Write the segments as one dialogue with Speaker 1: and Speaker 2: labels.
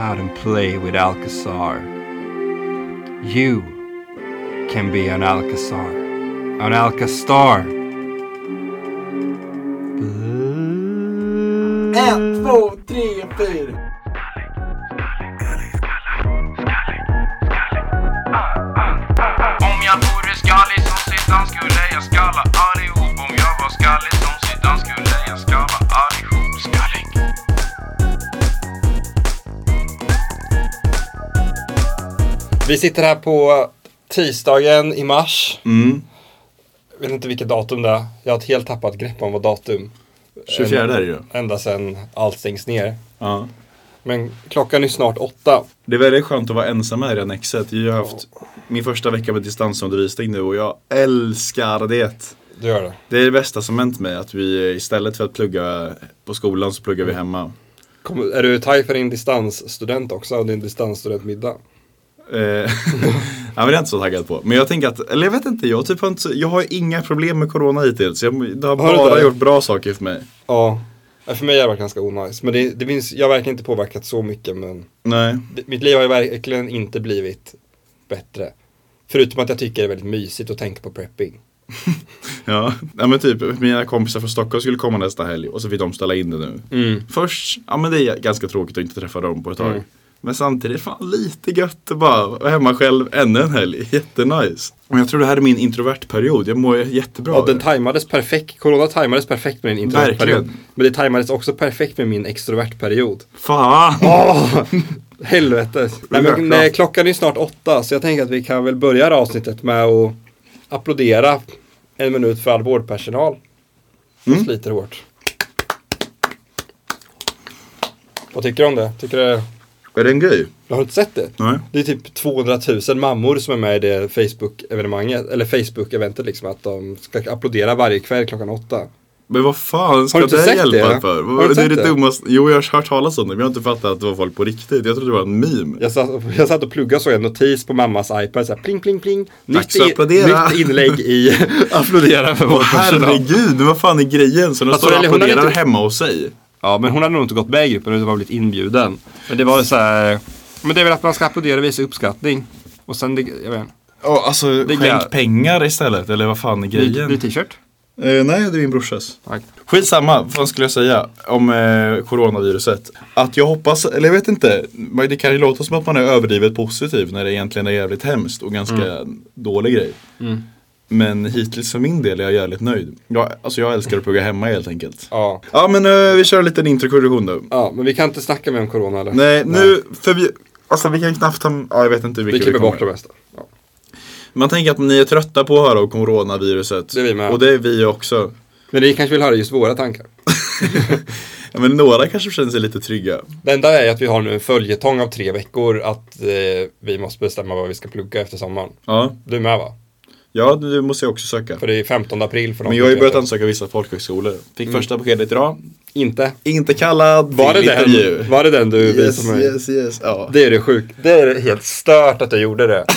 Speaker 1: out and play with Alcazar. You can be an Alcazar. An Alcazar.
Speaker 2: 1, 2, 3, 4.
Speaker 3: Om jag vore skallig som Zidane skulle jag skalla allihop. Om jag var skallig som Zidane skulle jag skalla allihop. Skallig.
Speaker 1: Vi sitter här på tisdagen i mars. Jag vet inte vilket datum det är. Jag har ett helt tappat grepp om vad datum.
Speaker 4: 24 är det ju.
Speaker 1: Ända sedan allt stängs ner.
Speaker 4: Ja.
Speaker 1: Men klockan är snart 8.
Speaker 4: Det är väldigt skönt att vara ensam här i Annexet. Jag har haft min första vecka med distansundervisning nu och jag älskar det.
Speaker 1: Du gör det.
Speaker 4: Det är det bästa som hänt mig, att vi istället för att plugga på skolan så pluggar vi hemma.
Speaker 1: Är du tajt för din distansstudent också och din distansstudentmiddag?
Speaker 4: Ja, men det är jag inte så taggad på. Men jag tänker att, eller jag vet inte, jag har inga problem med corona hittills. Det har bara gjort bra saker för mig.
Speaker 1: Ja, för mig har det varit ganska onajs. Men det finns, jag har verkligen inte påverkat så mycket. Men
Speaker 4: Nej.
Speaker 1: Mitt liv har ju verkligen inte blivit bättre. Förutom att jag tycker det är väldigt mysigt att tänka på prepping.
Speaker 4: Ja, men typ mina kompisar från Stockholm skulle komma nästa helg och så fick de ställa in det nu. Först, ja men det är ganska tråkigt att inte träffa dem på ett tag. Men samtidigt fan lite gött att bara vara hemma själv ännu en helg. Jättenice. Och jag tror det här är min introvertperiod. Jag mår jättebra.
Speaker 1: Ja, den tajmades perfekt. Corona tajmades perfekt med din introvertperiod. Men det tajmades också perfekt med min extrovertperiod.
Speaker 4: Fan!
Speaker 1: Helvete. Nej, klockan är snart 8. Så jag tänker att vi kan väl börja avsnittet med att applådera 1 minut för all vårdpersonal. De sliter hårt. Vad tycker du om det? Tycker du...
Speaker 4: Är det en grej?
Speaker 1: Jag har inte sett det.
Speaker 4: Nej.
Speaker 1: Det är typ 200 000 mammor som är med i det Facebook-evenemanget. Eller Facebook-eventet liksom. Att de ska applådera varje kväll klockan 8.
Speaker 4: Men vad fan ska
Speaker 1: Har du inte
Speaker 4: det
Speaker 1: sett
Speaker 4: hjälpa
Speaker 1: det?
Speaker 4: för?
Speaker 1: Har du
Speaker 4: Det är
Speaker 1: sett
Speaker 4: det
Speaker 1: det?
Speaker 4: dummaste. Jo, jag har hört talas om det. Men jag har inte fattat att det var folk på riktigt. Jag trodde det var en meme.
Speaker 1: Jag satt och pluggade så en notis på mammas iPad. Så här, pling, pling, pling.
Speaker 4: Dags att applådera.
Speaker 1: Nytt inlägg i applådera för vår personal.
Speaker 4: Herregud, vad fan är grejen? Så de
Speaker 1: Alltså,
Speaker 4: står och
Speaker 1: eller hon hade
Speaker 4: applåderar
Speaker 1: inte-
Speaker 4: hemma hos sig.
Speaker 1: Ja, men hon hade nog inte gått med i gruppen utan var blivit inbjuden. Men det var så här... Men det är väl att man ska applådera och visa uppskattning. Och sen, jag vet inte.
Speaker 4: Ja, alltså
Speaker 1: Det är
Speaker 4: skänk pengar istället. Eller vad fan är grejen?
Speaker 1: Ny t-shirt?
Speaker 4: Nej, det är min brorsas.
Speaker 1: Tack.
Speaker 4: Skitsamma, vad skulle jag säga om coronaviruset? Att jag hoppas, eller jag vet inte, det kan ju låta som att man är överdrivet positiv när det egentligen är jävligt hemskt och ganska dålig grej. Men hittills för min del är jag jävligt nöjd. Jag älskar att plugga hemma helt enkelt.
Speaker 1: Ja.
Speaker 4: Ja, men vi kör en liten introduktion då.
Speaker 1: Ja, men vi kan inte snacka mer om corona eller?
Speaker 4: Nej, nu, för vi kan knappt ta, jag vet inte
Speaker 1: Vi
Speaker 4: vilka
Speaker 1: klipper
Speaker 4: kommer.
Speaker 1: bort det mesta. Ja.
Speaker 4: Man tänker att ni är trötta på att höra om coronaviruset.
Speaker 1: Det är vi med.
Speaker 4: Och det är vi också.
Speaker 1: Men ni kanske vill höra just våra tankar.
Speaker 4: Ja, men några kanske känner sig lite trygga.
Speaker 1: Det enda är att vi har nu en följetong av 3 veckor att vi måste bestämma vad vi ska plugga efter sommaren.
Speaker 4: Ja,
Speaker 1: Du är med va?
Speaker 4: ja det måste jag också söka.
Speaker 1: För det är 15 april för dem.
Speaker 4: Men jag har ju börjat ansöka vissa folkhögskolor. Fick första beskedet idag.
Speaker 1: Inte.
Speaker 4: Inte kallad
Speaker 1: Var det
Speaker 4: till intervju.
Speaker 1: den? Var det den du visade mig?
Speaker 4: Yes, ja.
Speaker 1: Det är det sjukt. Det är helt stört att jag gjorde det.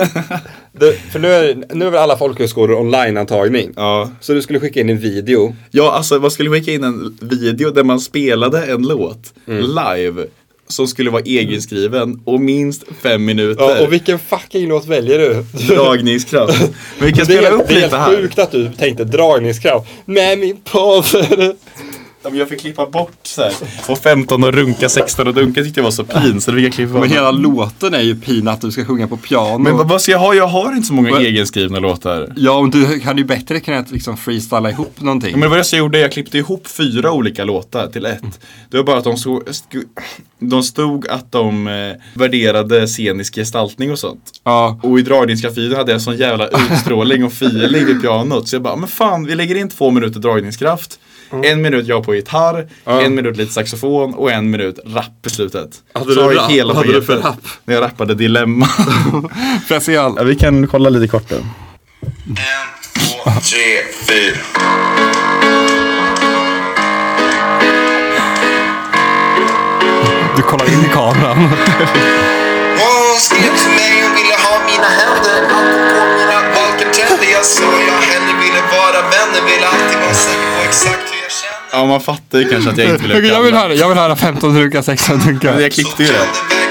Speaker 1: För nu är väl alla folkhögskolor online-antagning.
Speaker 4: Ja.
Speaker 1: Så du skulle skicka in en video.
Speaker 4: Ja, alltså man skulle skicka in en video där man spelade en låt live. Som skulle vara egenskriven och minst 5 minuter.
Speaker 1: Ja, och vilken fucking låt väljer du?
Speaker 4: Dragningskraft. Men vi kan
Speaker 1: Det
Speaker 4: spela
Speaker 1: är
Speaker 4: upp
Speaker 1: helt
Speaker 4: lite här.
Speaker 1: sjukt att du tänkte dragningskraft. Med min power.
Speaker 4: Ja, men jag fick klippa bort så här. Och 15 och runka, 16 och dunka tyckte jag var så pin. Så det fick jag klippa bort.
Speaker 1: Men hela låten är ju pin att du ska sjunga på piano.
Speaker 4: Men vad ska jag ha? Jag har inte så många egenskrivna låtar.
Speaker 1: Ja, men du hade ju bättre kunnat liksom freestyla ihop någonting.
Speaker 4: Ja, men vad jag gjorde, jag klippte ihop 4 olika låtar till ett. Det var bara att de stod att de värderade scenisk gestaltning och sånt.
Speaker 1: Ja.
Speaker 4: Och i dragningskraftvideon hade jag sån jävla utstrålning och feeling vid pianot. Så jag bara, men fan, vi lägger in 2 minuter dragningskraft. 1 minut jag på gitarr, 1 minut lite saxofon och 1 minut rap i slutet.
Speaker 1: Hade
Speaker 4: så
Speaker 1: du
Speaker 4: jag hela
Speaker 1: Hade du för
Speaker 4: paketet
Speaker 1: rap?
Speaker 4: när jag rappade Dilemma.
Speaker 1: Får jag se all?
Speaker 4: Ja, vi kan kolla lite kort då.
Speaker 3: 1, 2, 3, 4.
Speaker 1: Du kollar in i kameran.
Speaker 3: Hon skrev till mig och ville ha mina händer. Allt på mina valkartänder. Jag sa jag hellre ville vara vänner. Ville alltid vara säker på exakt hur jag känner.
Speaker 4: Ja, man fattar ju kanske att jag inte ville
Speaker 1: Jag vill höra 15 runka, 16 runka.
Speaker 4: Men jag klippte ju det.
Speaker 3: Kände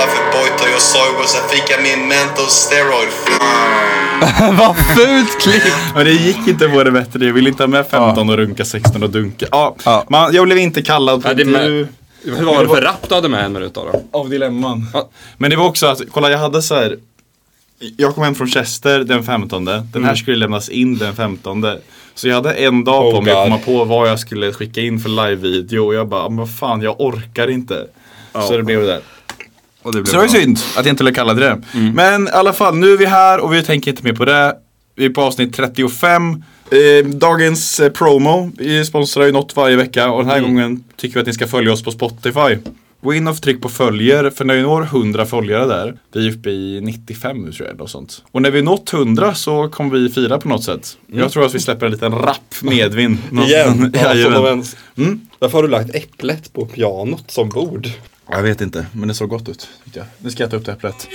Speaker 3: för Boytoy och Soy. Och sen fick jag min mental steroid.
Speaker 1: Vad fult klipp!
Speaker 4: Men det gick inte på det bättre. Jag ville inte ha med 15 och runka 16 och dunka. Jag blev inte kallad på
Speaker 1: Vad var det för rap du hade med en minut då?
Speaker 4: Av dilemman. Men det var också att, kolla jag hade så här. Jag kom hem från Chester den 15. Den här skulle lämnas in den 15. Så jag hade en dag på mig att komma på vad jag skulle skicka in för live-video. Och jag bara, men vad fan, jag orkar inte. Så det blev det där. Och det blev så det var synd att jag inte blev kallad det. Men i alla fall, nu är vi här och vi tänker inte mer på det. Vi är på avsnitt 35. Dagens promo. Vi sponsrar ju något varje vecka. Och den här gången tycker vi att ni ska följa oss på Spotify. Gå in och tryck på följer. För när vi når 100 följare där. Vi är uppe i 95 nu tror jag. Och, sånt. Och när vi nått 100 så kommer vi fira på något sätt. Jag tror att vi släpper en liten rapp medvind.
Speaker 1: Igen. Varför har du lagt äpplet på pianot som bord?
Speaker 4: Jag vet inte, men det såg gott ut. Nu ska jag ta upp det äpplet.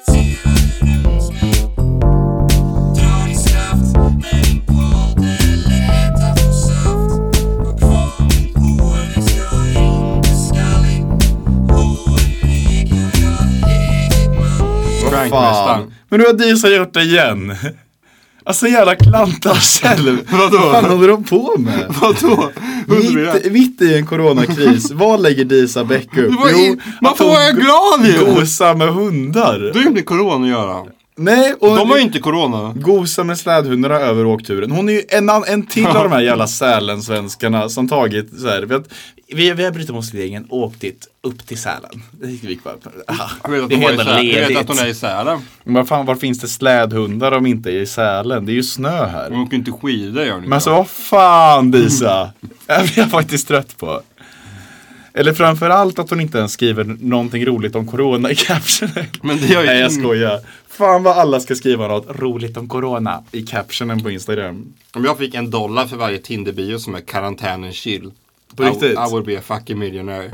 Speaker 4: Fan. Men nu har Disa gjort det igen. Alltså jävla klantar själv.
Speaker 1: Vadå?
Speaker 4: Vad fan håller de på med?
Speaker 1: Vadå?
Speaker 4: Mitt i en coronakris. Vad lägger Disa Bäck upp?
Speaker 1: Man får vara glad ju.
Speaker 4: Gosa med hundar.
Speaker 1: Det är inte corona att göra.
Speaker 4: Nej, och
Speaker 1: de har ju inte corona.
Speaker 4: Gosa med slädhundarna över åkturen. Hon är ju en till av de här jävla Sälen-svenskarna som tagit så här. Vi har brutit mot regeln och åkt upp till Sälen. Det gick vi bara.
Speaker 1: Det är vet att hon är i Sälen.
Speaker 4: Men fan, var finns det slädhundar om inte är i Sälen? Det är ju snö här.
Speaker 1: Hon åker inte skidor gör ni.
Speaker 4: Men alltså vad fan Disa? Jag blir faktiskt trött på. Eller framförallt att hon inte ens skriver någonting roligt om corona i captionen.
Speaker 1: Men det gör ju...
Speaker 4: Nej, jag skojar. Fan vad alla ska skriva något roligt om corona i captionen på Instagram.
Speaker 1: Om jag fick $1 för varje Tinder-bio som är karantänen chill.
Speaker 4: På riktigt?
Speaker 1: I would be a fucking millionaire.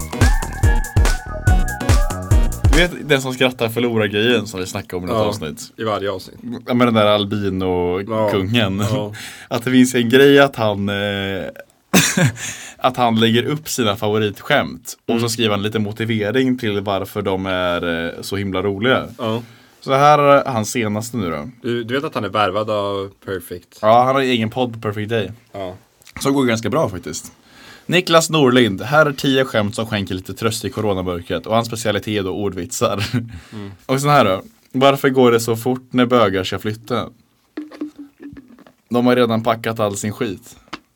Speaker 4: Du vet den som skrattar förlorar grejen som vi snackade om i något avsnitt.
Speaker 1: I varje avsnitt.
Speaker 4: Ja, med den där albino-kungen. Att det finns en grej att han... att han lägger upp sina favoritskämt och så skriver han lite motivering till varför de är så himla roliga. Så här är hans senaste nu då.
Speaker 1: Du vet att han är värvad av Perfect.
Speaker 4: Ja, han har egen podd på Perfect Day. Så går ganska bra faktiskt. Niklas Norlind, här är 10 skämt som skänker lite tröst i coronamörkret. Och hans specialitet är då ordvitsar. Och så här då. Varför går det så fort när bögar ska flytta? De har redan packat all sin skit.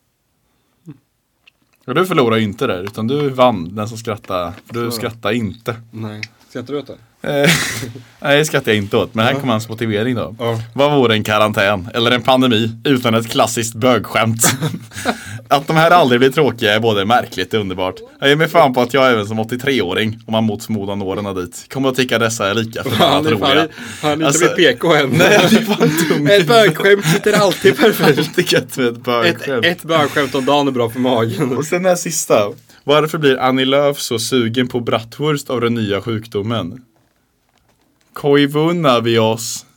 Speaker 4: Och du förlorar ju inte där, utan du vann den som skrattar. Du skrattar inte.
Speaker 1: Nej, skrattar du åt det?
Speaker 4: Nej, det skrattar jag inte åt. Men här kommer hans motivering då. Vad vore en karantän eller en pandemi utan ett klassiskt bögskämt? Att de här aldrig blir tråkiga är både märkligt och underbart. Jag är med fan på att jag även som 83-åring, om man mot förmodan åren dit, kommer att tycka dessa är lika förbannat roliga.
Speaker 1: Han är inte med PK än.
Speaker 4: Nej, det är fan tungt.
Speaker 1: Ett bögskämt sitter alltid perfekt.
Speaker 4: Det är gött med ett bögskämt.
Speaker 1: Ett bögskämt om dagen är bra för magen.
Speaker 4: Och sen den här sista. Varför blir Annie Lööf så sugen på bratwurst av den nya sjukdomen? Koivunna vi oss.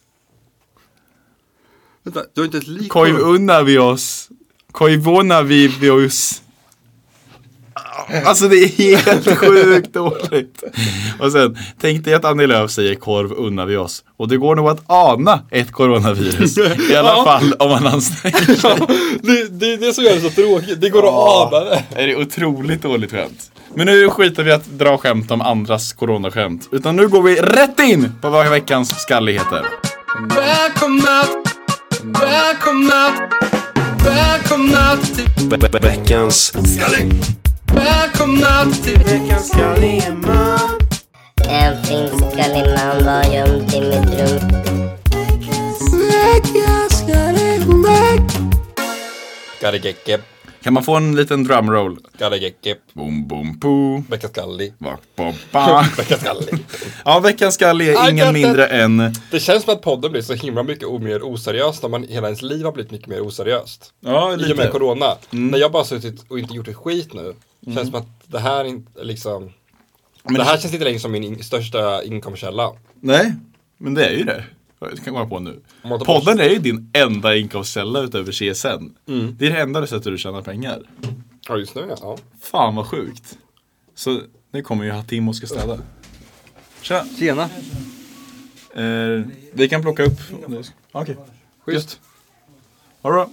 Speaker 1: Vänta, du har inte ett lik.
Speaker 4: Koivunna vi oss. Koivunna vi oss. Alltså det är helt sjukt dåligt. Och sen, tänk dig att Annie Lööf säger korv unnar vi oss. Och det går nog att ana ett coronavirus. I alla fall om man anstränger sig.
Speaker 1: Det är det som gör det så tråkigt. Det går att ana det.
Speaker 4: Det är otroligt dåligt skämt. Men nu skiter vi att dra skämt om andras coronaskämt. Utan nu går vi rätt in på vad veckans skalligheter.
Speaker 2: Välkomna till
Speaker 3: Veckans
Speaker 2: skallig. Välkomna till veckans skalligman.
Speaker 5: En finskallig man var gömd i mitt rum.
Speaker 2: Veckans skalligman.
Speaker 1: Skalligecke.
Speaker 4: Kan man få en liten drumroll?
Speaker 1: Skalligecke.
Speaker 4: Boom, boom, poo.
Speaker 1: Veckans skallig.
Speaker 4: Veckans skallig. Ja, veckans skallig är ingen mindre än...
Speaker 1: Det känns som att podden blir så himla mycket mer oseriöst när man hela ens liv har blivit mycket mer oseriöst.
Speaker 4: Ja, lite.
Speaker 1: I och med corona. När jag bara suttit och inte gjort ett skit nu. Känns som att det här inte liksom... Men det här känns inte längre som min största inkomstkälla.
Speaker 4: Nej, men det är ju det. Jag kan komma på nu. Podden är ju din enda inkomstkälla utöver CSN. Det är det enda sättet du tjänar pengar.
Speaker 1: Ja, just nu ja.
Speaker 4: Fan vad sjukt. Så nu kommer ju ha Tim och ska städa. Tja.
Speaker 1: Tjena.
Speaker 4: Vi kan plocka upp. Okej.
Speaker 1: Schysst.
Speaker 4: Ha det bra.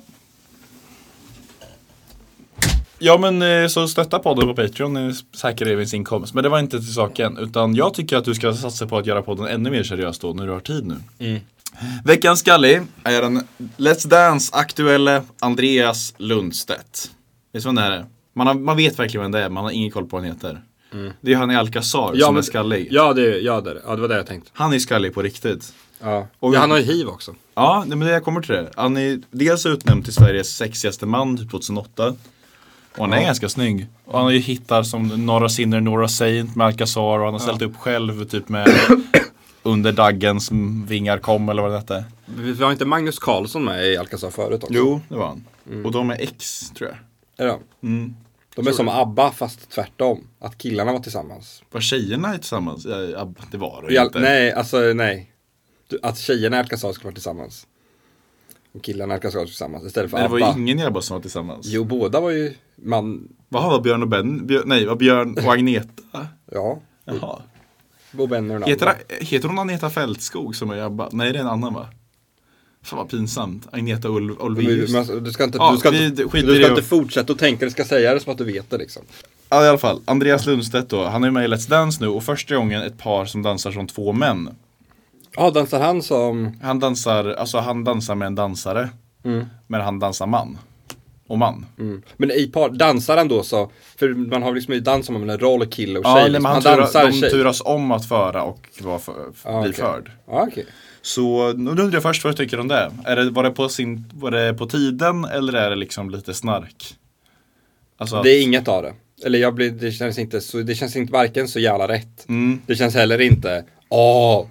Speaker 4: Ja men så stötta podden på Patreon, säkrar Evins inkomst. Men det var inte till saken. Utan jag tycker att du ska satsa på att göra podden ännu mer seriöst då när du har tid nu. Veckans skallig är den Let's Dance aktuella Andreas Lundstedt. Vet du vad det här är? Man vet verkligen vem det är, man har ingen koll på vad han heter. Det är han i Alcazar som är skallig.
Speaker 1: Ja, det var det jag tänkte.
Speaker 4: Han är skallig på riktigt.
Speaker 1: Ja. Och han har ju hiv också.
Speaker 4: Ja, men jag kommer till det. Han är dels utnämnd till Sveriges sexigaste man 2008. Och han är ganska snygg. Och han har ju hittar som Norra Sinner, Norra Saint med Alcazar. Och han har ställt upp själv typ med Under daggens vingar kom eller vad det hette.
Speaker 1: Vi har inte Magnus Carlsson med i Alcazar förut också.
Speaker 4: Jo, det var han. Och de är ex, tror jag.
Speaker 1: Är de? De är som ABBA fast tvärtom. Att killarna var tillsammans.
Speaker 4: Var tjejerna tillsammans? Ja, det var det inte.
Speaker 1: Nej. Att tjejerna i Alcazar skulle vara tillsammans. Och killarna i Alcazar tillsammans. Istället för
Speaker 4: Men
Speaker 1: ABBA.
Speaker 4: det var ju ingen jävla som var tillsammans.
Speaker 1: Jo, båda var ju man.
Speaker 4: Vad var Björn och Ben? Var Björn och Agneta?
Speaker 1: Ja.
Speaker 4: Jaha.
Speaker 1: Bo Benner och
Speaker 4: Heter hon Agneta Fältskog som är ABBA? Nej, det är en annan va? Fan vad pinsamt. Agneta Olvius.
Speaker 1: Du ska inte fortsätta och tänka, du ska säga det som att du vet det liksom.
Speaker 4: Ja, i alla fall. Andreas Lundstedt då. Han är med i Let's Dance nu. Och första gången ett par som dansar som två män.
Speaker 1: Ja, dansar han som...
Speaker 4: Han dansar med en dansare. Men han dansar man. Och man.
Speaker 1: Men i par, dansar han då så... För man har liksom i dans som en roll, kille och tjej.
Speaker 4: Ja, men de turas om att föra och bli förd.
Speaker 1: Ja, okej.
Speaker 4: Så nu undrar jag först vad jag tycker om det. Var det på tiden eller är det liksom lite snark? Alltså
Speaker 1: det är inget av det. Eller det känns inte varken så jävla rätt. Det känns heller inte ja,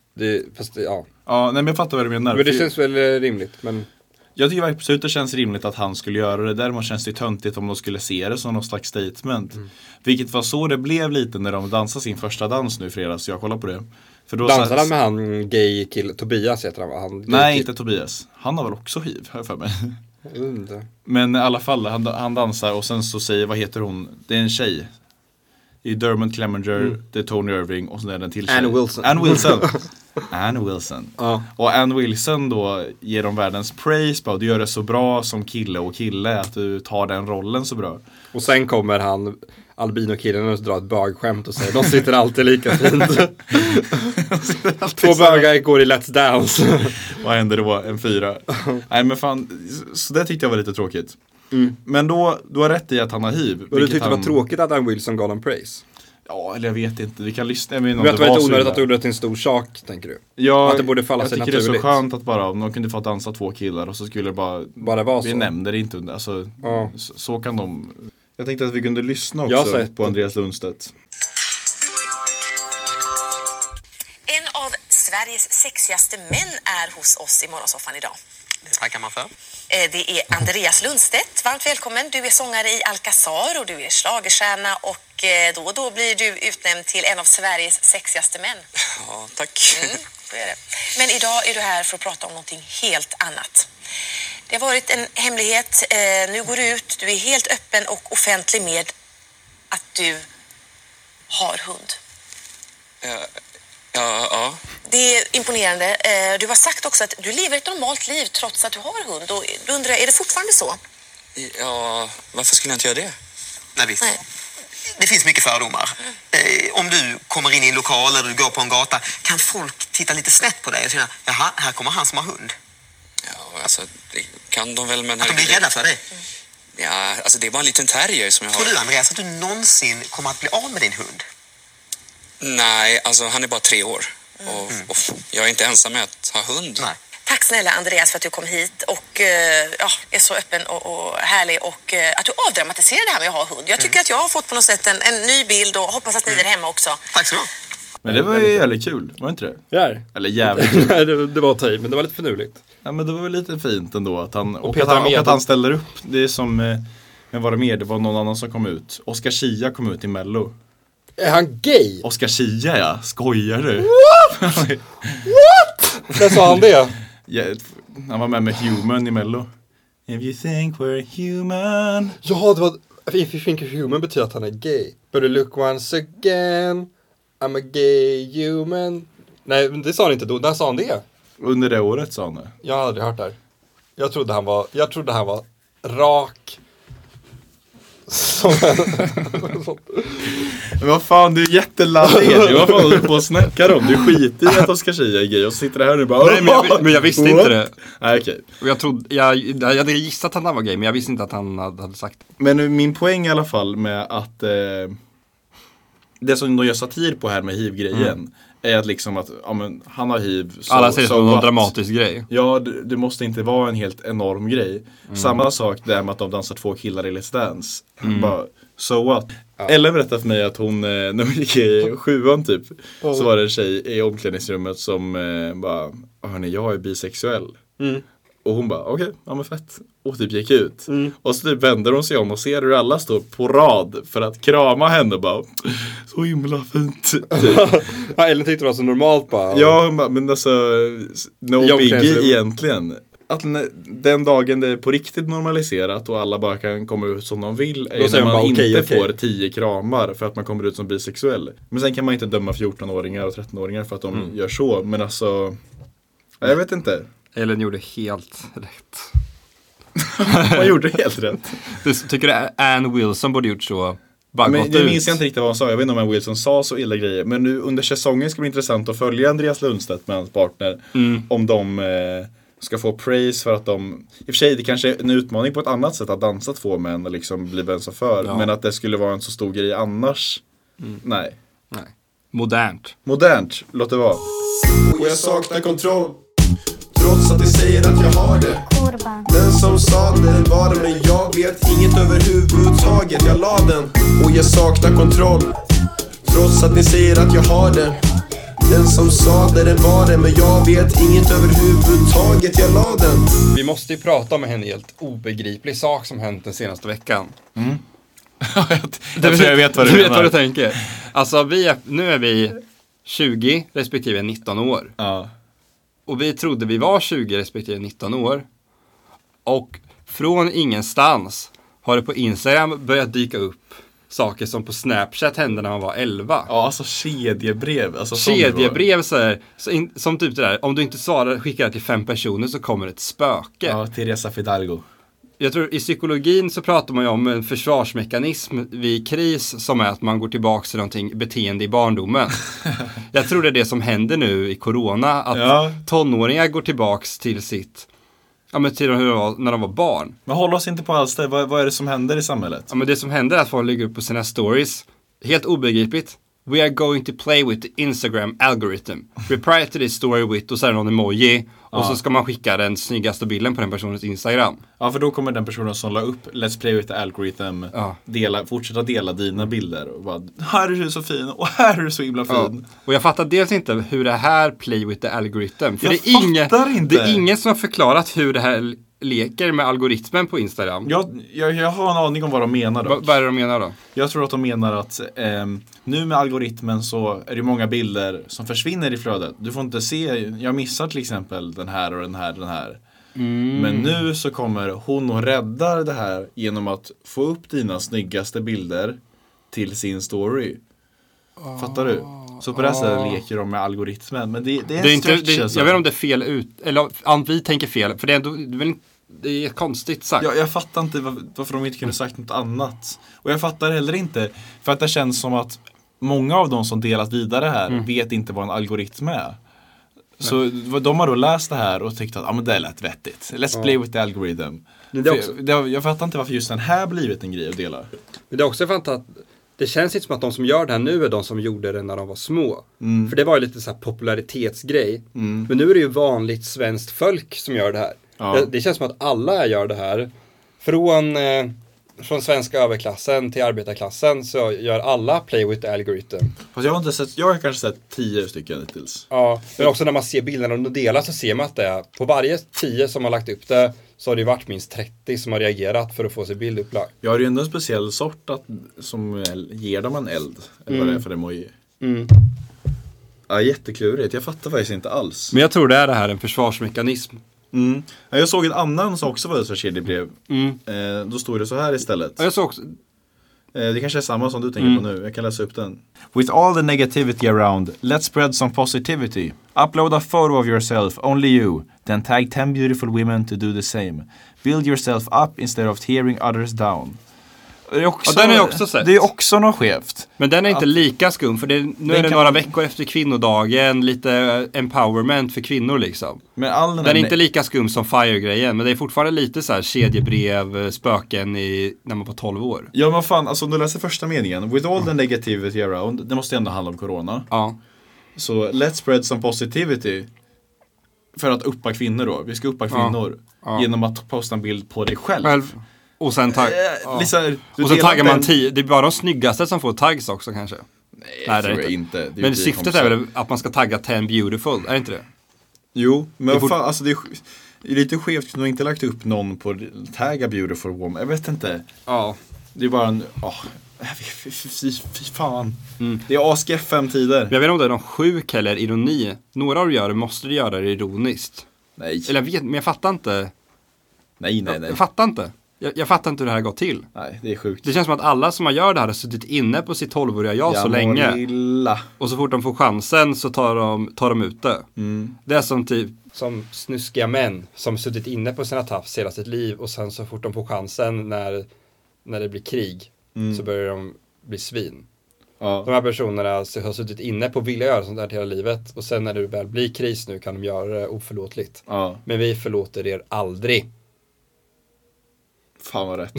Speaker 1: nej
Speaker 4: men jag fattar vad du menar.
Speaker 1: Men det känns väl rimligt, men
Speaker 4: jag tycker verkligen absolut det känns rimligt att han skulle göra det. Däremot känns det töntigt om de skulle se det som någon slags statement. Vilket var så det blev lite när de dansade sin första dans nu i fredags. Så jag kollar på det. För då
Speaker 1: dansade han med han gay kill Tobias heter han va?
Speaker 4: Nej, inte Tobias. Han har väl också hiv, hör för mig. Men i alla fall, han dansar och sen så säger, vad heter hon? Det är en tjej. Det är Dermot Clemenger, det är Tony Irving och så är det en till tjej. Anne Wilson. Och Anne Wilson då ger dem världens praise på. Du gör det så bra som kille och kille att du tar den rollen så bra.
Speaker 1: Och sen kommer han albino-killen och drar ett bögskämt och säger de sitter alltid lika fint. Två bögar går i Let's Dance.
Speaker 4: Vad händer då? En 4. Nej men fan, så det tyckte jag var lite tråkigt. Men då har rätt i att han har hiv.
Speaker 1: Och du tyckte det var tråkigt att Anne Wilson gav en praise?
Speaker 4: Ja, eller jag vet inte. Vi kan lyssna.
Speaker 1: Du vet att det var onödigt att du gjorde det till en stor sak, tänker du?
Speaker 4: Ja,
Speaker 1: att det borde falla sig naturligt.
Speaker 4: Jag tycker det är så skönt att bara om de kunde få dansa två killar och så skulle det bara
Speaker 1: vara
Speaker 4: vi
Speaker 1: så.
Speaker 4: Nämnde det inte. Alltså, så kan de... Jag tänkte att vi kunde lyssna också på Andreas Lundstedt.
Speaker 6: En av Sveriges sexigaste män är hos oss i Morgonsoffan idag.
Speaker 7: Det tackar man för.
Speaker 6: Det är Andreas Lundstedt. Varmt välkommen. Du är sångare i Alcazar och du är schlagerstjärna och då och då blir du utnämnd till en av Sveriges sexigaste män.
Speaker 7: Ja, tack.
Speaker 6: Så är det. Men idag är du här för att prata om någonting helt annat. Det har varit en hemlighet. Nu går du ut. Du är helt öppen och offentlig med att du har hund.
Speaker 7: Ja.
Speaker 6: Det är imponerande. Du har sagt också att du lever ett normalt liv trots att du har hund. Och du undrar, är det fortfarande så?
Speaker 7: Ja, varför skulle jag inte göra det?
Speaker 8: Nej, visst. Nej. Det finns mycket fördomar. Om du kommer in i en lokal eller du går på en gata kan folk titta lite snett på dig och säga, jaha, här kommer han som har hund.
Speaker 7: Ja, alltså det kan de väl, men...
Speaker 8: Att de blir rädda för dig?
Speaker 7: Ja, alltså det är bara en liten terrier som jag har.
Speaker 8: Tror du, Andreas, att du någonsin kommer att bli av med din hund?
Speaker 7: Nej, alltså han är bara 3 år. Och jag är inte ensam med att ha hund.
Speaker 8: Nej.
Speaker 6: Tack snälla Andreas för att du kom hit och är så öppen och härlig och att du avdramatiserar det här med att ha hund. Jag tycker att jag har fått på något sätt en ny bild och hoppas att ni är hemma också.
Speaker 8: Tack så mycket.
Speaker 4: Men det var ju jävligt kul, var det inte det?
Speaker 1: Ja.
Speaker 4: Eller jävligt kul.
Speaker 1: Nej, det var tid, men det var lite förnuligt.
Speaker 4: Ja, men det var väl lite fint ändå att han, och att han ställer upp. Det är som, men var det mer? Det var någon annan som kom ut. Oscar Schia kom ut i Mello.
Speaker 1: Är han gay?
Speaker 4: Oscar Schia, ja. Skojar du?
Speaker 1: What? What? När sa han det?
Speaker 4: Ja, han var med Human i Mello. If you think we're human.
Speaker 1: Ja, det var... If you think you're human betyder att han är gay. But you look once again. I'm a gay human. Nej, det sa han inte då. När sa han det?
Speaker 4: Under det året sa han det.
Speaker 1: Jag har aldrig hört det här. Jag trodde han var rak.
Speaker 4: Men vad fan, du är jätteladdig. Vad fan håller du på att snacka om? Du skiter i att Oscar Zia är gay och så sitter det här nu bara...
Speaker 1: Nej, men jag visste inte det.
Speaker 4: Nej, okej.
Speaker 1: Jag hade gissat att han var gay, men jag visste inte att han hade sagt.
Speaker 4: Men min poäng i alla fall med att det som de gör satir på här med hiv-grejen är att liksom att han har hiv.
Speaker 1: Alla säger det som en dramatisk grej.
Speaker 4: Ja, det måste inte vara en helt enorm grej. Samma sak där med att de dansar 2 killar i Let's Dance. Bara, so what? Ja. Ella berättade för mig att hon, när hon gick i 7:an typ, så var det en tjej i omklädningsrummet som bara, hörni, jag är bisexuell. Och hon bara, okej, ja men fett. Och typ gick ut. Och så typ vänder hon sig om och ser hur alla står på rad för att krama henne och bara, så himla fint.
Speaker 1: Ja, Ellen tyckte det var så normalt bara.
Speaker 4: Ja, hon bara, men alltså, no biggie egentligen. Att den dagen det är på riktigt normaliserat och alla bara kan komma ut som de vill är när man bara, inte får 10 kramar för att man kommer ut som bisexuell. Men sen kan man inte döma 14-åringar och 13-åringar för att de gör så. Men alltså, jag vet inte.
Speaker 1: Ellen gjorde helt rätt.
Speaker 4: Man gjorde helt rätt.
Speaker 1: Du tycker att Ann Wilson borde gjort så?
Speaker 4: Men det minns jag inte riktigt vad hon sa. Jag vet inte om Ann Wilson sa så illa grejer. Men nu under säsongen ska det bli intressant att följa Andreas Lundstedt med hans partner. Om de ska få praise för att de... I och för sig, det kanske är en utmaning på ett annat sätt att dansa 2 män och liksom bli vänsa för. Ja. Men att det skulle vara en så stor grej annars. Nej. Modernt, låt det vara.
Speaker 2: Och jag saknar kontroll, trots att de säger att jag har det. Den som sa det var det, men jag vet inget överhuvudtaget. Jag la den. Och jag saknar kontroll, trots att ni säger att jag har det. Den som sa det var det, men jag vet inget överhuvudtaget. Jag la den.
Speaker 1: Vi måste ju prata om en helt obegriplig sak som hänt den senaste veckan.
Speaker 4: jag vet vad du
Speaker 1: tänker. Alltså nu är vi 20 respektive 19 år.
Speaker 4: Ja.
Speaker 1: Och vi trodde vi var 20 respektive 19 år. Och från ingenstans har det på Instagram börjat dyka upp saker som på Snapchat hände när man var 11.
Speaker 4: Ja, alltså kedjebrev. Alltså
Speaker 1: kedjebrev som typ det där. Om du inte skickar det till 5 personer så kommer ett spöke.
Speaker 4: Ja, Teresa Fidalgo.
Speaker 1: Jag tror i psykologin så pratar man ju om en försvarsmekanism vid kris som är att man går tillbaka till någonting beteende i barndomen. Jag tror det är det som händer nu i corona, att tonåringar går tillbaks till sitt, till hur det var när de var barn.
Speaker 4: Men håll oss inte på alls det. Vad är det som händer i samhället?
Speaker 1: Ja, men det som händer är att folk lägger upp på sina stories, helt obegripligt. We are going to play with the Instagram algorithm. Reply to this story with, och så är det någon emoji. Och så ska man skicka den snyggaste bilden på den personens Instagram.
Speaker 4: Ja, för då kommer den personen som la upp Let's play with the algorithm fortsätta dela dina bilder. Och bara, här är du så fin och här är du så himla fin.
Speaker 1: Ja. Och jag fattar dels inte hur det här play with the algorithm. För det är ingen som har förklarat hur det här leker med algoritmen på Instagram.
Speaker 4: Jag har en aning om vad de menar då.
Speaker 1: Vad är det de menar då? Jag
Speaker 4: tror att de menar att nu med algoritmen så är det många bilder som försvinner i flödet. Du får inte se, jag missar till exempel den här och den här och den här. Men nu så kommer hon och räddar det här genom att få upp dina snyggaste bilder till sin story. Fattar du? Så på det här sättet leker de med algoritmen. Men det är en stretch.
Speaker 1: Jag vet inte om det är fel ut. Eller om vi tänker fel. För det är ändå... Det är konstigt sagt.
Speaker 4: Jag fattar inte varför de inte kunde sagt något annat. Och jag fattar heller inte. För att det känns som att många av de som delat vidare här vet inte vad en algoritm är. Så de har då läst det här och tyckt att men det lät vettigt. Let's play with the algorithm. Jag fattar inte varför just den här blivit en grej att dela.
Speaker 1: Men det är också fantastiskt. Det känns inte som att de som gör det här nu är de som gjorde det när de var små. För det var ju lite så här popularitetsgrej. Men nu är det ju vanligt svenskt folk som gör det här. Ja. Det känns som att alla gör det här. Från svenska överklassen till arbetarklassen så gör alla play with the algorithm.
Speaker 4: Fast jag har kanske sett 10 stycken hittills.
Speaker 1: Ja, men också när man ser bilderna och delar så ser man att det är på varje 10 som har lagt upp det så har det varit minst 30 som har reagerat för att få sig bild upplagd.
Speaker 4: Jag har ju ändå en speciell sort som ger dem en eld. Eller vad det är för emoji. Ja, jätteklurigt. Jag fattar faktiskt inte alls.
Speaker 1: Men jag tror det är här en försvarsmekanism.
Speaker 4: Jag såg en annan som också var ett kedjebrev. Då stod det så här istället.
Speaker 1: Jag såg också...
Speaker 4: Det kanske är samma som du tänker på nu. Jag kan läsa upp den. With all the negativity around, let's spread some positivity. Upload a photo of yourself, only you. Then tag 10 beautiful women to do the same. Build yourself up instead of tearing others down. Det är också,
Speaker 1: den har jag också sett.
Speaker 4: Det är också något skevt.
Speaker 1: Men den är inte lika skum, för nu är det några veckor efter kvinnodagen, lite empowerment för kvinnor liksom. Men den är inte lika skum som Fire-grejen, men det är fortfarande lite så här kedjebrev, spöken när man var 12 år.
Speaker 4: Ja men fan, alltså om du läser första meningen, with all the negativity around, det måste ändå handla om corona.
Speaker 1: Ja.
Speaker 4: Så let's spread some positivity. För att uppa kvinnor då. Vi ska uppa kvinnor genom att posta en bild på dig själv.
Speaker 1: Och sen,
Speaker 4: och sen
Speaker 1: taggar man 10. Det är bara de snyggaste som får tags också kanske.
Speaker 4: Nej, det tror jag inte.
Speaker 1: Men syftet är väl att man ska tagga 10 beautiful, är det inte det?
Speaker 4: Jo, men fan, alltså det är lite skevt. Du har inte lagt upp någon på tagga beautiful woman. Jag vet inte.
Speaker 1: Ja.
Speaker 4: Det är bara en... fy fan. Det är ASG5-tider.
Speaker 1: Jag vet inte om det är någon sjuk eller ironi. Några av gör det, måste göra det ironiskt.
Speaker 4: Nej.
Speaker 1: Eller men jag fattar inte.
Speaker 4: Nej.
Speaker 1: Jag fattar inte. Jag fattar inte hur det här gått till.
Speaker 4: Nej, det är sjukt.
Speaker 1: Det känns som att alla som gör det här har suttit inne på sitt 12-åriga jag så länge.
Speaker 4: Lilla.
Speaker 1: Och så fort de får chansen så tar de ut det. Det är som snuskiga män som suttit inne på sina tafs hela sitt liv. Och sen så fort de får chansen när det blir krig så börjar de bli svin. Ja. De här personerna har suttit inne på vilja göra sånt där hela livet. Och sen när det väl blir kris nu kan de göra det oförlåtligt. Ja. Men vi förlåter er aldrig.
Speaker 4: Fan vad rätt.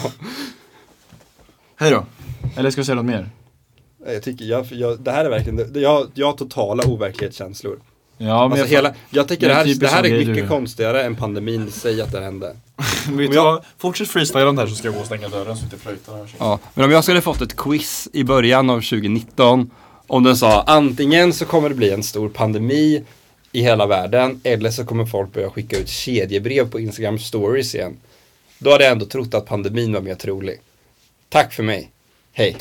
Speaker 4: Hej då. Eller ska vi säga något mer?
Speaker 1: Jag tycker det här är verkligen jag har totala overklighetskänslor.
Speaker 4: Ja, men
Speaker 1: alltså jag tycker det här är mycket konstigare än pandemin. Säg att det hände.
Speaker 4: Fortsätt freestyle om det här så ska jag gå och stänga dörren så inte flöjtar här.
Speaker 1: Ja, men om jag skulle fått ett quiz i början av 2019 om den sa antingen så kommer det bli en stor pandemi i hela världen eller så kommer folk börja skicka ut kedjebrev på Instagram stories igen. Då hade jag ändå trott att pandemin var mer trolig. Tack för mig. Hej.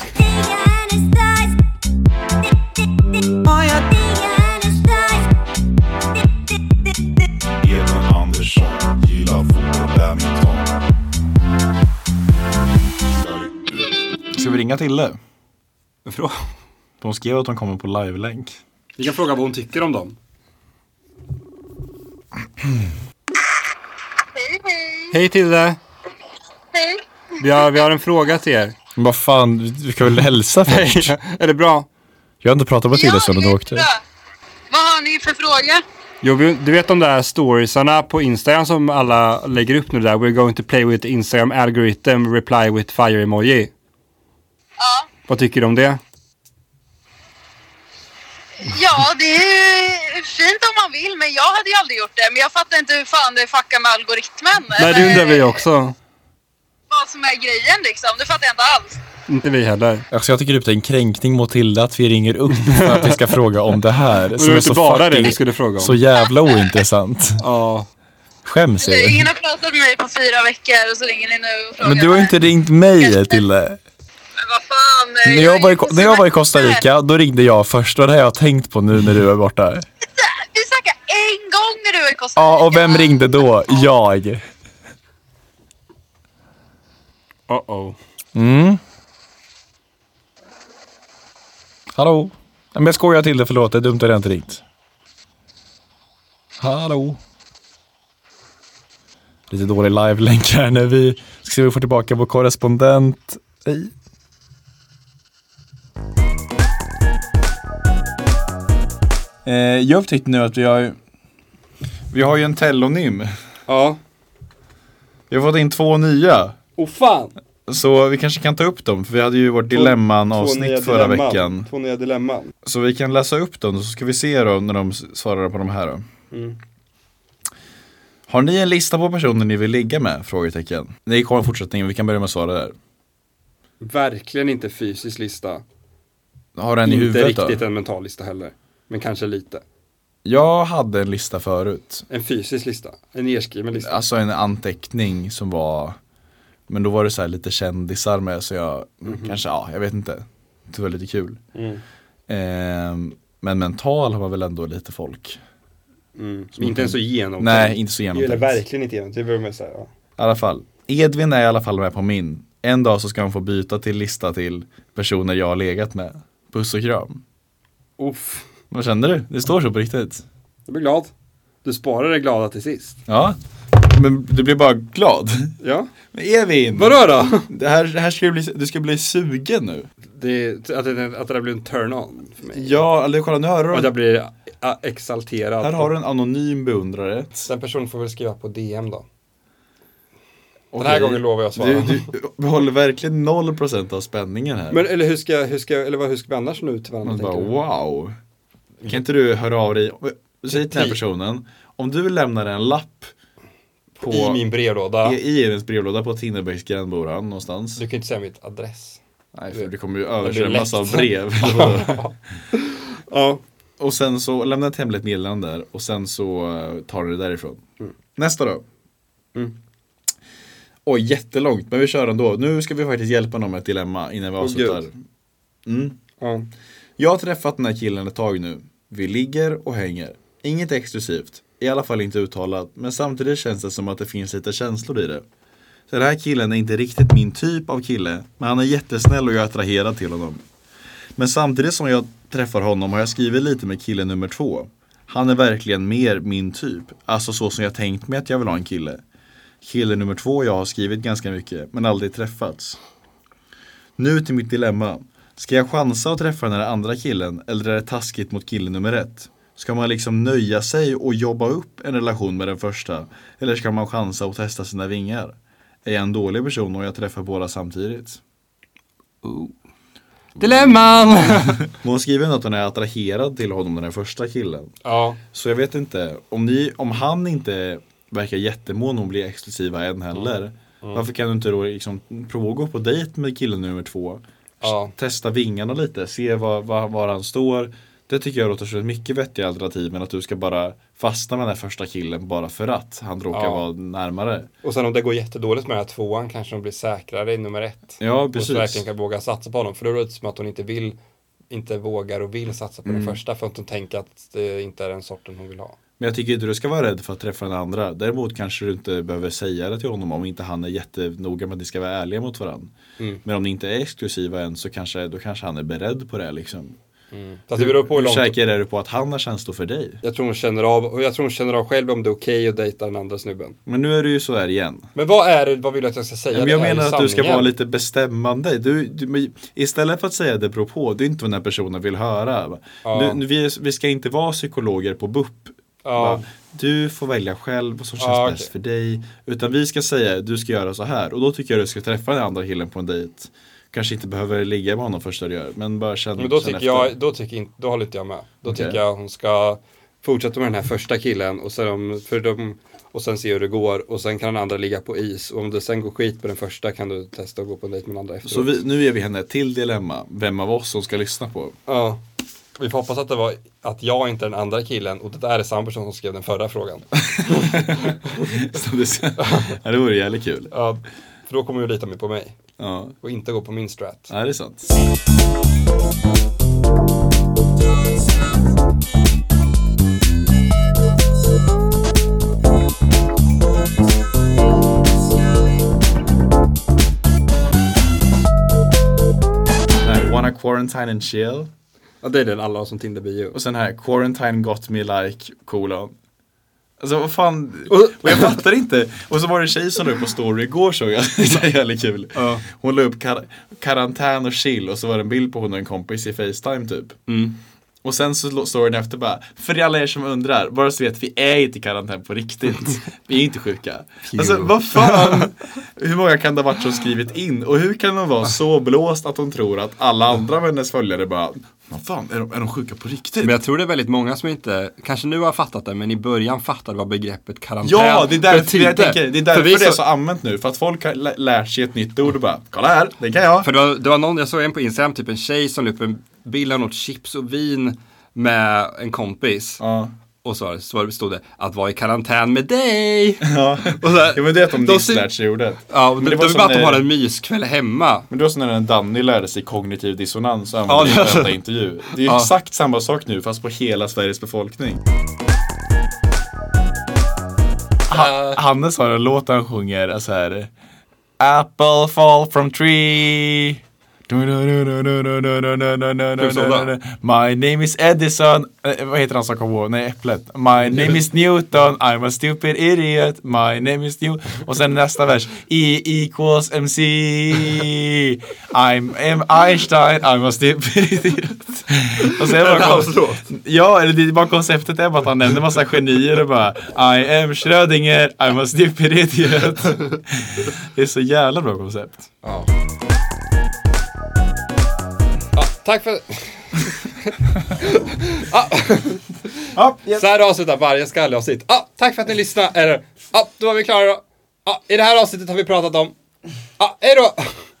Speaker 9: Edvin Andersson gillar fotboll badminton.
Speaker 4: Ska vi ringa till det?
Speaker 1: Varför?
Speaker 4: De skrev att de kommer på live-länk.
Speaker 1: Vi kan fråga vad hon tycker om dem. Hej Tilde.
Speaker 10: Hej.
Speaker 1: Vi har en fråga till er.
Speaker 4: Men vad fan, du kan väl hälsa först?
Speaker 1: Är det bra?
Speaker 4: Jag har inte pratat med Tilde sedan du åkte.
Speaker 10: Vad har ni för fråga?
Speaker 1: Jo, du vet de där storiesarna på Instagram som alla lägger upp nu där. We're going to play with Instagram algorithm, reply with fire emoji.
Speaker 10: Ja.
Speaker 1: Vad tycker du om det?
Speaker 10: Ja, det är fint om man vill, men jag hade ju aldrig gjort det. Men jag fattar inte hur fan det fuckar med algoritmen.
Speaker 1: Nej, det undrar vi också.
Speaker 10: Vad som är grejen liksom, det fattar jag inte alls.
Speaker 1: Inte vi heller.
Speaker 4: Alltså jag tycker det är en kränkning mot Tilde att vi ringer upp för att vi ska fråga om det här.
Speaker 1: Som är så bara det vi skulle fråga om.
Speaker 4: Så jävla ointressant.
Speaker 1: Ja.
Speaker 4: Skäms jag.
Speaker 10: Ingen har pratat med mig på 4 veckor och så ringer ni nu och frågar.
Speaker 4: Men du har inte ringt mig, Tilde.
Speaker 10: Men vad fan.
Speaker 4: När jag var i Costa Rica, då ringde jag först. Och det har jag tänkt på nu när du är borta.
Speaker 10: Vi snackade en gång när du var i Costa Rica.
Speaker 4: Ja, och vem ringde då? Jag. Hallå? Men jag skojar till det, förlåt. Det är dumt att jag inte ringt. Hallå? Lite dålig live-länk här när vi ska se om vi får tillbaka vår korrespondent. Hej. Jag upptäckte nu att vi har ju en telonym.
Speaker 1: Ja.
Speaker 4: Vi har fått in 2 nya.
Speaker 1: Fan!
Speaker 4: Så vi kanske kan ta upp dem. För vi hade ju vårt dilemman-avsnitt förra veckan.
Speaker 1: 2 nya dilemman.
Speaker 4: Så vi kan läsa upp dem. Så ska vi se då när de svarar på de här då. Har ni en lista på personer ni vill ligga med? Frågetecken. Det kommer fortsättningen. Vi kan börja med att svara där.
Speaker 1: Verkligen inte fysisk lista.
Speaker 4: Har den i huvudet då?
Speaker 1: Inte riktigt en mental lista heller. Men kanske lite.
Speaker 4: Jag hade en lista förut.
Speaker 1: En fysisk lista? En nedskriven lista?
Speaker 4: Alltså en anteckning som var... Men då var det så här lite kändisar med. Så jag kanske, jag vet inte. Det var lite kul. Men mental har man väl ändå lite folk.
Speaker 1: Inte ens så genomtänkt.
Speaker 4: Nej, inte så genomtänkt.
Speaker 1: Eller verkligen inte genomtänkt. Det behöver man säga.
Speaker 4: I alla fall. Edvin är i alla fall med på min. En dag så ska han få byta till lista till personer jag har legat med. Puss och kram.
Speaker 1: Uff.
Speaker 4: Vad känner du? Det står så på riktigt.
Speaker 1: Jag blir glad. Du sparar det glada till sist.
Speaker 4: Ja. Men du blir bara glad.
Speaker 1: Ja.
Speaker 4: Men Evin.
Speaker 1: Vadå då?
Speaker 4: Det här ska du ska bli sugen nu.
Speaker 1: Att det blir en turn-on för mig.
Speaker 4: Ja, eller kolla, nu hör du.
Speaker 1: Att jag blir exalterad.
Speaker 4: Här har du en anonym beundrare.
Speaker 1: Den personen får väl skriva på DM då. Den här gången lovar jag att svara.
Speaker 4: Du håller verkligen 0% av spänningen här.
Speaker 1: Men eller hur ska vi annars nå ut till varandra?
Speaker 4: Bara, wow. Kan inte du höra av dig? Säg till den här personen. Om du lämnar en lapp
Speaker 1: i min brevlåda.
Speaker 4: I Evins brevlåda på Tinnerbäcks grannboran någonstans.
Speaker 1: Du kan inte säga mitt adress.
Speaker 4: Nej, för det kommer ju översvämmas av brev.
Speaker 1: Ja.
Speaker 4: Och sen så lämnar ett hemligt meddelande där. Och sen så tar du det därifrån. Nästa då. Oj, jättelångt. Men vi kör ändå. Nu ska vi faktiskt hjälpa någon med ett dilemma innan vi avslutar. Jag har träffat den här killen ett tag nu. Vi ligger och hänger. Inget exklusivt. I alla fall inte uttalat. Men samtidigt känns det som att det finns lite känslor i det. Så den här killen är inte riktigt min typ av kille. Men han är jättesnäll och jag är attraherad till honom. Men samtidigt som jag träffar honom har jag skrivit lite med killen nummer 2. Han är verkligen mer min typ. Alltså så som jag tänkt mig att jag vill ha en kille. Killen nummer 2 jag har skrivit ganska mycket. Men aldrig träffats. Nu till mitt dilemma. Ska jag chansa att träffa den här andra killen? Eller är det taskigt mot killen nummer 1? Ska man liksom nöja sig och jobba upp en relation med den första? Eller ska man chansa och testa sina vingar? Är jag en dålig person och jag träffar båda samtidigt?
Speaker 1: Dilemman!
Speaker 4: Hon skriver att hon är attraherad till honom, den här första killen.
Speaker 1: Ja.
Speaker 4: Så jag vet inte. Om han inte verkar jättemån och blir exklusiva än heller. Varför kan du inte då liksom prova att gå på dejt med killen nummer 2? Ja. Testa vingarna lite. Se var han står. Det tycker jag låter så mycket vettiga alternativ än att du ska bara fastna med den här första killen bara för att han råkar vara närmare.
Speaker 1: Och sen om det går jättedåligt med den här 2:an kanske de blir säkrare i nummer 1.
Speaker 4: Ja, precis.
Speaker 1: Och så verkligen kan våga satsa på honom. För då är det som att hon inte vågar och vill satsa på den första för att hon tänker att det inte är den sorten hon vill ha.
Speaker 4: Men jag tycker inte du ska vara rädd för att träffa den andra. Däremot kanske du inte behöver säga det till honom om inte han är jättenoga med att ni ska vara ärliga mot varandra. Men om ni inte är exklusiva än så kanske han är beredd på det liksom. Hur säker är du på att han har känslor för dig?
Speaker 1: Jag tror hon känner av själv om det är okej att dejta den andra snubben.
Speaker 4: Men nu är du ju så här igen.
Speaker 1: Men vad vill du att jag ska säga?
Speaker 4: Men jag menar att du ska vara lite bestämmande. Istället för att säga det beror på, det är inte vad den här personen vill höra. Vi ska inte vara psykologer på BUP. Du får välja själv vad som känns bäst för dig. Utan vi ska säga, du ska göra så här. Och då tycker jag du ska träffa den andra killen på en dejt. Kanske inte behöver ligga med honom första du gör. Men bara känna.
Speaker 1: Men då håller inte jag med. Då tycker jag hon ska fortsätta med den här första killen. Och sen se hur det går. Och sen kan den andra ligga på is. Och om det sen går skit på den första kan du testa att gå på en dejt med den andra efteråt.
Speaker 4: Så nu ger vi henne ett till dilemma. Vem av oss som ska lyssna på.
Speaker 1: Ja. Vi får hoppas att det var att jag inte är den andra killen. Och det är samma person som skrev den förra frågan.
Speaker 4: Ja, det vore jävligt kul.
Speaker 1: Ja, för då kommer du lita mig på mig.
Speaker 4: Ja.
Speaker 1: Och inte gå på min strat.
Speaker 4: Ja, det är sant. Wanna quarantine and chill.
Speaker 1: Ja, det är den alla som Tinder-bio.
Speaker 4: Och sen här, quarantine got me like, colon. Alltså vad fan. Och jag fattar inte. Och så var det en tjej som la upp på story igår, såg jag. Det är jävligt kul. Hon la upp karantän och chill. Och så var det en bild på hon och en kompis i FaceTime typ. Och sen så står den efter bara, för alla er som undrar, bara så vet, vi är inte i karantän på riktigt. Vi är inte sjuka. Alltså vad fan. Hur många kan det ha varit som skrivit in? Och hur kan de vara så blåst att de tror att alla andra av hennes följare bara, vad fan, är de sjuka på riktigt?
Speaker 1: Men jag tror det är väldigt många som inte, kanske nu har fattat det, men i början fattade vad begreppet karantän.
Speaker 4: Ja, det är därför jag tänker, det är därför det är så använt nu. För att folk har lärt sig ett nytt ord och bara, kolla här, det kan jag.
Speaker 1: För det var någon, jag såg en på Instagram, typ en tjej som la upp en bild av något chips och vin med en kompis. Och så stod det att vara i karantän med dig.
Speaker 4: Ja, och så här, men det är att de lärt sig ordet.
Speaker 1: Ja, men det var bara att de har en myskväll hemma.
Speaker 4: Men det var som när Danny lärde sig kognitiv dissonans och använde det i intervju. Det är exakt samma sak nu, fast på hela Sveriges befolkning. Hannes har en låt han sjunger så här: apple fall from tree. My name is Edison. Vad heter han som kom på? Nej, äpplet. My name is Newton. I'm a stupid idiot. My name is Newton. Och sen nästa vers. E equals MC. I'm Einstein. I'm a stupid idiot. Och sen ja, eller det är bara konceptet är bara att han nämner massa genier och bara I am Schrödinger. I'm a stupid idiot. Det är så jävla bra koncept.
Speaker 1: Ja. Tack för... Så här avslutar varje skallavsnitt. Tack för att ni lyssnade. Då var vi klara då. I det här avsnittet har vi pratat om... hej då!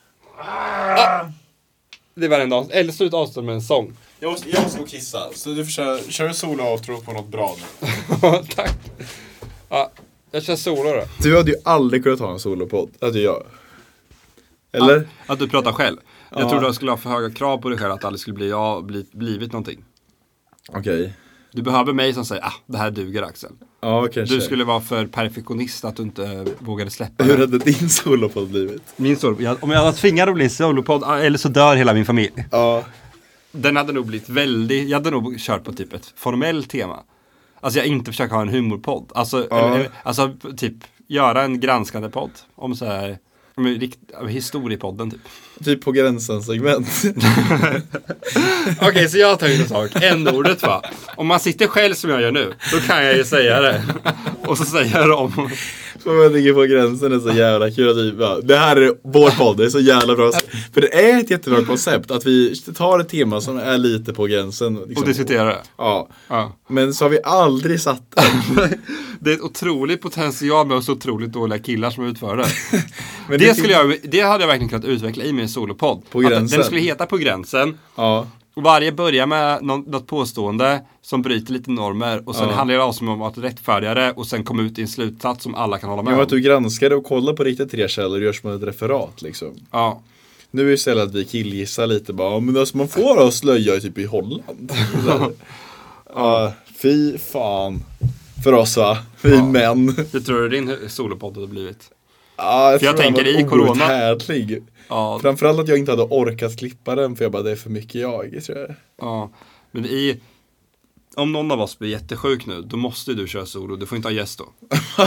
Speaker 1: Det var en dag. Eller slut avsluta med en sång.
Speaker 4: Jag måste gå kissa. Så du får köra solo outro på något bra nu.
Speaker 1: Tack. Jag kör solo då.
Speaker 4: Du hade ju aldrig kunnat ha en solopodd. Att jag. Eller?
Speaker 1: Att du pratar själv. Jag tror du skulle ha för höga krav på dig själv att det aldrig skulle blivit någonting.
Speaker 4: Okej.
Speaker 1: Du behöver mig som säger, det här duger Axel.
Speaker 4: Ja, kanske.
Speaker 1: Du skulle vara för perfektionist att du inte vågade släppa.
Speaker 4: Hur hade din solopodd blivit?
Speaker 1: Min solopodd? Om jag var tvingad att bli solopodd, eller så dör hela min familj.
Speaker 4: Ja.
Speaker 1: Den hade nog blivit jag hade nog kört på typ ett formellt tema. Alltså jag inte försöker ha en humorpodd. Alltså typ göra en granskande podd om så här... historiepodden typ.
Speaker 4: Typ på gränsen segment.
Speaker 1: Okej, så jag tar ju en sak. N-ordet va. Om man sitter själv som jag gör nu, då kan jag ju säga det. Och så säger jag om.
Speaker 4: Så man tänker på gränsen är så jävla kul. Typ, det här är vår podd, det är så jävla bra. För det är ett jättebra koncept att vi tar ett tema som är lite på gränsen. Liksom.
Speaker 1: Och diskuterar det.
Speaker 4: Ja. Men så har vi aldrig satt det.
Speaker 1: Det är ett otroligt potential med så otroligt dåliga killar som utför det. Men det hade jag verkligen kunnat utveckla i min solopodd.
Speaker 4: På gränsen.
Speaker 1: Den skulle heta På gränsen.
Speaker 4: Ja.
Speaker 1: Och varje börjar med något påstående som bryter lite normer. Och sen handlar det alltså om att rättfärdiga det. Och sen komma ut i en slutsats som alla kan hålla med om.
Speaker 4: Att du granskar det och kollar på riktigt 3 källor och gör som ett referat liksom.
Speaker 1: Ja.
Speaker 4: Nu är det istället att vi killgissar lite bara. Men alltså man får slöja typ i Holland. Fy fan. För oss va? Vi män.
Speaker 1: Hur tror du din solopodd hade blivit?
Speaker 4: Jag
Speaker 1: tänker i corona.
Speaker 4: Härlig.
Speaker 1: Ja.
Speaker 4: Framförallt att jag inte hade orkat klippa den. För jag bara, det är för mycket tror jag.
Speaker 1: Ja, men om någon av oss blir jättesjuk nu, då måste du köra solo. Du får inte ha gäst då.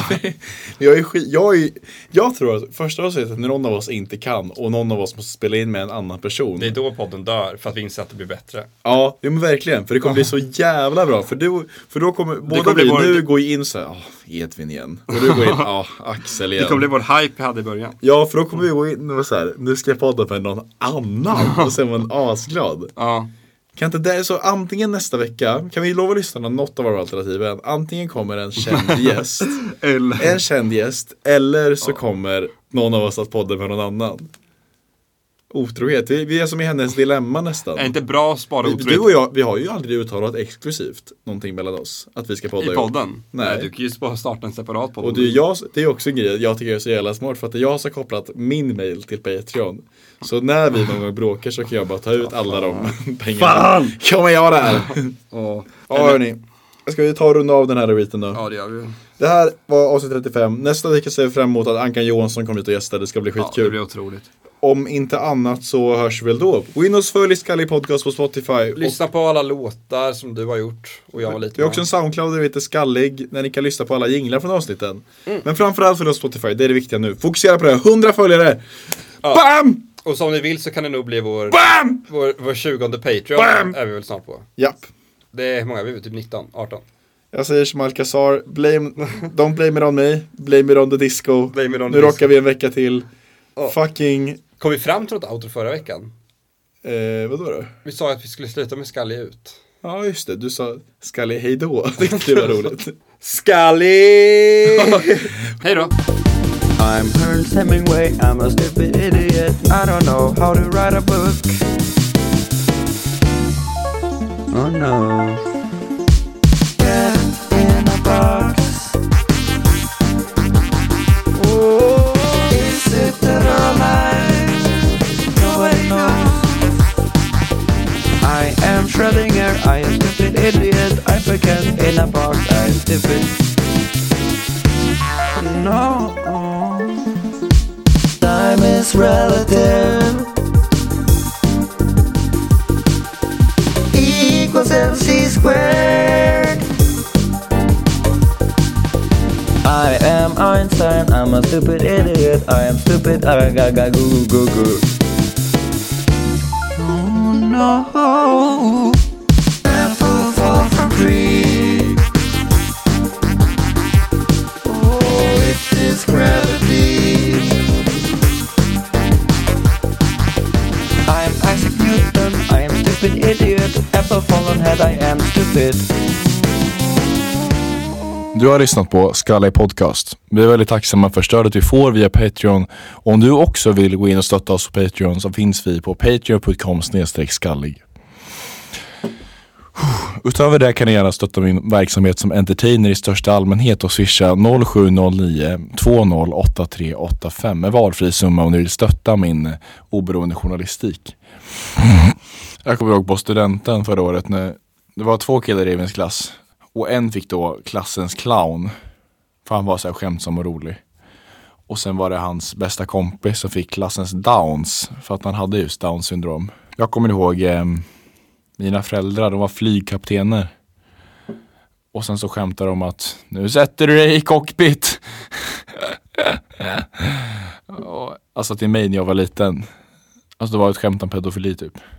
Speaker 4: Jag tror att första avsnittet när någon av oss inte kan och någon av oss måste spela in med en annan person.
Speaker 1: Det är då podden dör, för att vi inser att det blir bättre.
Speaker 4: Ja, men verkligen. För det kommer bli så jävla bra. För då kommer båda vi nu gå in så här, Edvin igen. Och du går in, Axel igen.
Speaker 1: Det kommer bli vår hype vi hade i början.
Speaker 4: Ja, för då kommer vi gå in och så här, nu ska jag podda med någon annan. Och sen var man asglad.
Speaker 1: Ja.
Speaker 4: Kan inte det, så antingen nästa vecka kan vi lova lyssnarna något av våra alternativen. Antingen kommer en känd gäst en känd gäst. Eller så kommer någon av oss att podda med någon annan. Otrohet, vi är som i hennes dilemma nästan.
Speaker 1: Är inte bra att spara otrohet?
Speaker 4: Du och jag, vi har ju aldrig uttalat exklusivt någonting mellan oss att vi ska podda
Speaker 1: i podden?
Speaker 4: Nej,
Speaker 1: du kan ju bara starta en separat podd.
Speaker 4: Och det är också en grej jag tycker är så jävla smart. För att jag har kopplat min mail till Patreon. Så när vi någon gång bråkar så kan jag bara ta ut alla de pengarna.
Speaker 1: Fan!
Speaker 4: Kommer jag där? Ja, hörni. Ska vi ta och runda av den här reviten då?
Speaker 1: Ja, det gör vi.
Speaker 4: Det här var avsnitt 35. Nästa vecka ser vi fram emot att Ankan Johansson kommer hit och gästar. Det ska bli skitkul.
Speaker 1: Ja, det blir otroligt.
Speaker 4: Om inte annat så hörs vi väl då. Gå in och följ Skallig Podcast på Spotify.
Speaker 1: Lyssna på alla låtar som du har gjort. Och jag var lite.
Speaker 4: Vi har också en Soundcloud där vi heter Skallig. Där ni kan lyssna på alla jinglar från avsnitten. Men framförallt följ oss på Spotify. Det är det viktiga nu. Fokusera på det. 100 följare. Ja. BAM!
Speaker 1: Och som ni vill så kan det nog bli vår 20:e Patreon.
Speaker 4: BAM!
Speaker 1: Är vi väl snart på.
Speaker 4: Japp.
Speaker 1: Det är hur många vi är, typ 19, 18.
Speaker 4: Jag säger som Alcazar, don't blame it on me, blame it on the disco. Nu rockar vi en vecka till. Fucking.
Speaker 1: Kom vi fram till något outro förra veckan?
Speaker 4: Vadå då?
Speaker 1: Vi sa att vi skulle sluta med Skallig ut.
Speaker 4: Ja just det, du sa Skallig hejdå. Det var roligt.
Speaker 1: Skallig! Hej då!
Speaker 11: I'm Ernest Hemingway, I'm a stupid idiot. I don't know how to write a book. Oh no. Get in a box. Oh, is it dead or alive? Nobody knows. I am Schrödinger, I am stupid idiot. I forget in a box, I'm stupid. No. time is relative. E equals MC squared. I am Einstein, I'm a stupid idiot. I am stupid, I ga goo goo goo. Oh no, apple fall from tree. Oh, it is gravity. I am Isaac Newton, I am a stupid idiot. Apple fall on head, I am stupid.
Speaker 12: Du har lyssnat på Skallig Podcast. Vi är väldigt tacksamma för stödet vi får via Patreon. Och om du också vill gå in och stötta oss på Patreon så finns vi på patreon.com/skallig. Utöver det kan ni gärna stötta min verksamhet som entertainer i största allmänhet och swisha 0709 208385 med valfri summa om ni vill stötta min oberoende journalistik. Jag kommer ihåg på studenten förra året när det var 2 killar i min klass. Och en fick då klassens clown. För han var så här skämtsam och rolig. Och sen var det hans bästa kompis som fick klassens downs. För att han hade just Downs syndrom. Jag kommer ihåg mina föräldrar, de var flygkaptener. Och sen så skämtade de att nu sätter du dig i cockpit. Alltså till mig när jag var liten. Alltså det var ett skämt om pedofili typ.